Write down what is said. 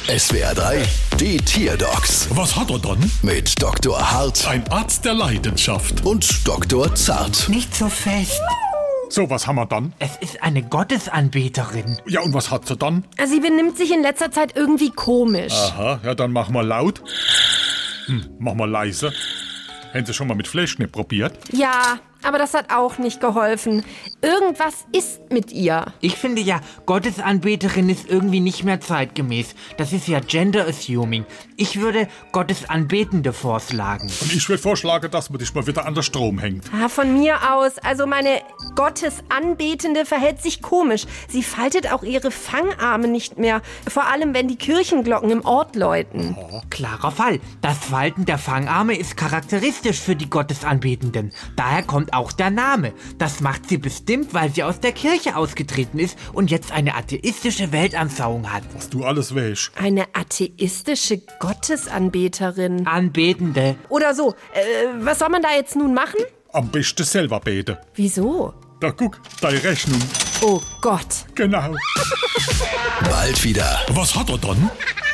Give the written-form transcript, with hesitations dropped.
SWR 3, die Tierdocs Was hat er dann? mit Dr. Hart Ein Arzt der Leidenschaft. und Dr. Zart. Nicht so fest. So, was haben wir dann? Es ist eine Gottesanbeterin. Ja, und was hat sie dann? Sie benimmt sich in letzter Zeit irgendwie komisch. Aha, ja, dann machen wir laut. Machen wir leise. Haben Sie schon mal mit Fleischknepp probiert? Ja, aber das hat auch nicht geholfen. Irgendwas ist mit ihr. Ich finde ja, Gottesanbeterin ist irgendwie nicht mehr zeitgemäß. Das ist ja Gender Assuming. Ich würde Gottesanbetende vorschlagen. Und ich will vorschlagen, dass man dich mal wieder an der Strom hängt. Von mir aus, also meine Gottesanbetende verhält sich komisch. Sie faltet auch ihre Fangarme nicht mehr. Vor allem, wenn die Kirchenglocken im Ort läuten. Klarer Fall. Das Falten der Fangarme ist charakteristisch für die Gottesanbetenden. Daher kommt auch der Name. Das macht sie bestimmt, weil sie aus der Kirche ausgetreten ist und jetzt eine atheistische Weltanschauung hat. Was du alles weißt. Eine atheistische Gottesanbeterin. Anbetende. Oder so. Was soll man da jetzt nun machen? Am besten selber beten. Wieso? Da guck, deine Rechnung. Oh Gott. Genau. Bald wieder. Was hat er dann?